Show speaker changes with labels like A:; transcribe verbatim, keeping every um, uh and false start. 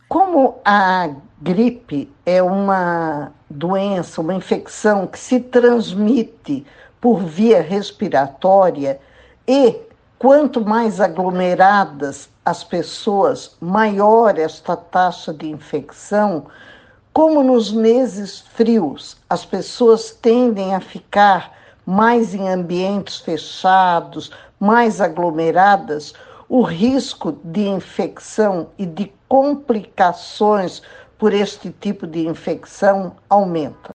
A: Como a gripe é uma doença, uma infecção que se transmite por via respiratória e quanto mais aglomeradas as pessoas, maior esta taxa de infecção, como nos meses frios as pessoas tendem a ficar mais em ambientes fechados, mais aglomeradas, o risco de infecção e de complicações por este tipo de infecção aumenta.